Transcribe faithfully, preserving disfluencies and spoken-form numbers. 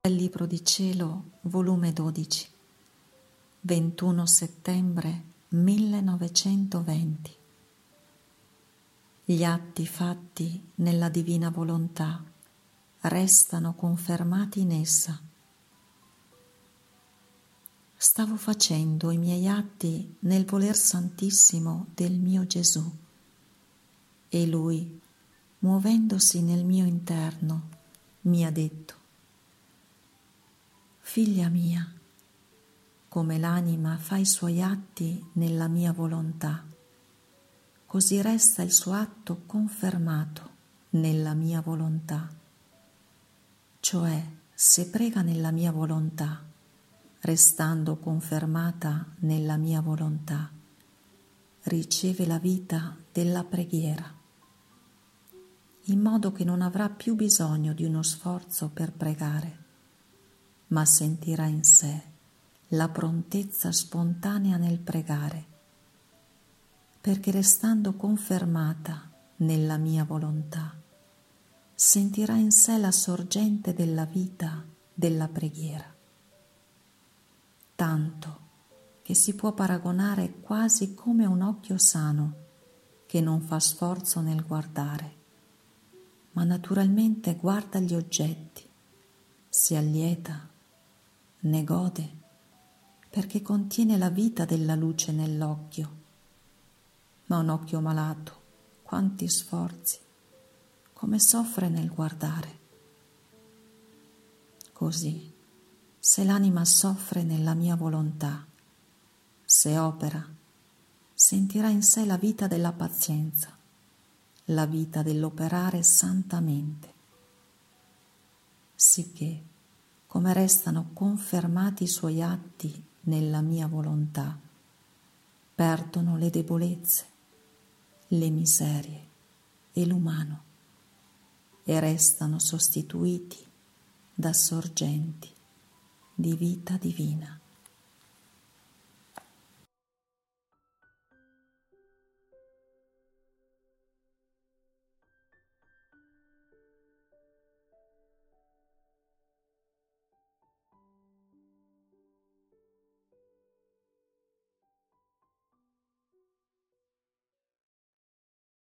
Dal Libro di Cielo, volume dodici, ventuno settembre millenovecentoventi. Gli atti fatti nella divina volontà restano confermati in essa. Stavo facendo i miei atti nel voler santissimo del mio Gesù e Lui, muovendosi nel mio interno, mi ha detto: Figlia mia, come l'anima fa i suoi atti nella mia volontà, così resta il suo atto confermato nella mia volontà. Cioè, se prega nella mia volontà, restando confermata nella mia volontà, riceve la vita della preghiera, in modo che non avrà più bisogno di uno sforzo per pregare, ma sentirà in sé la prontezza spontanea nel pregare, perché restando confermata nella mia volontà, sentirà in sé la sorgente della vita della preghiera, tanto che si può paragonare quasi come un occhio sano che non fa sforzo nel guardare, ma naturalmente guarda gli oggetti, si allieta, ne gode, perché contiene la vita della luce nell'occhio. Ma un occhio malato, quanti sforzi, come soffre nel guardare. Così, se l'anima soffre nella mia volontà, se opera, sentirà in sé la vita della pazienza, la vita dell'operare santamente, sicché, come restano confermati i suoi atti nella mia volontà, perdono le debolezze, le miserie e l'umano e restano sostituiti da sorgenti di vita divina.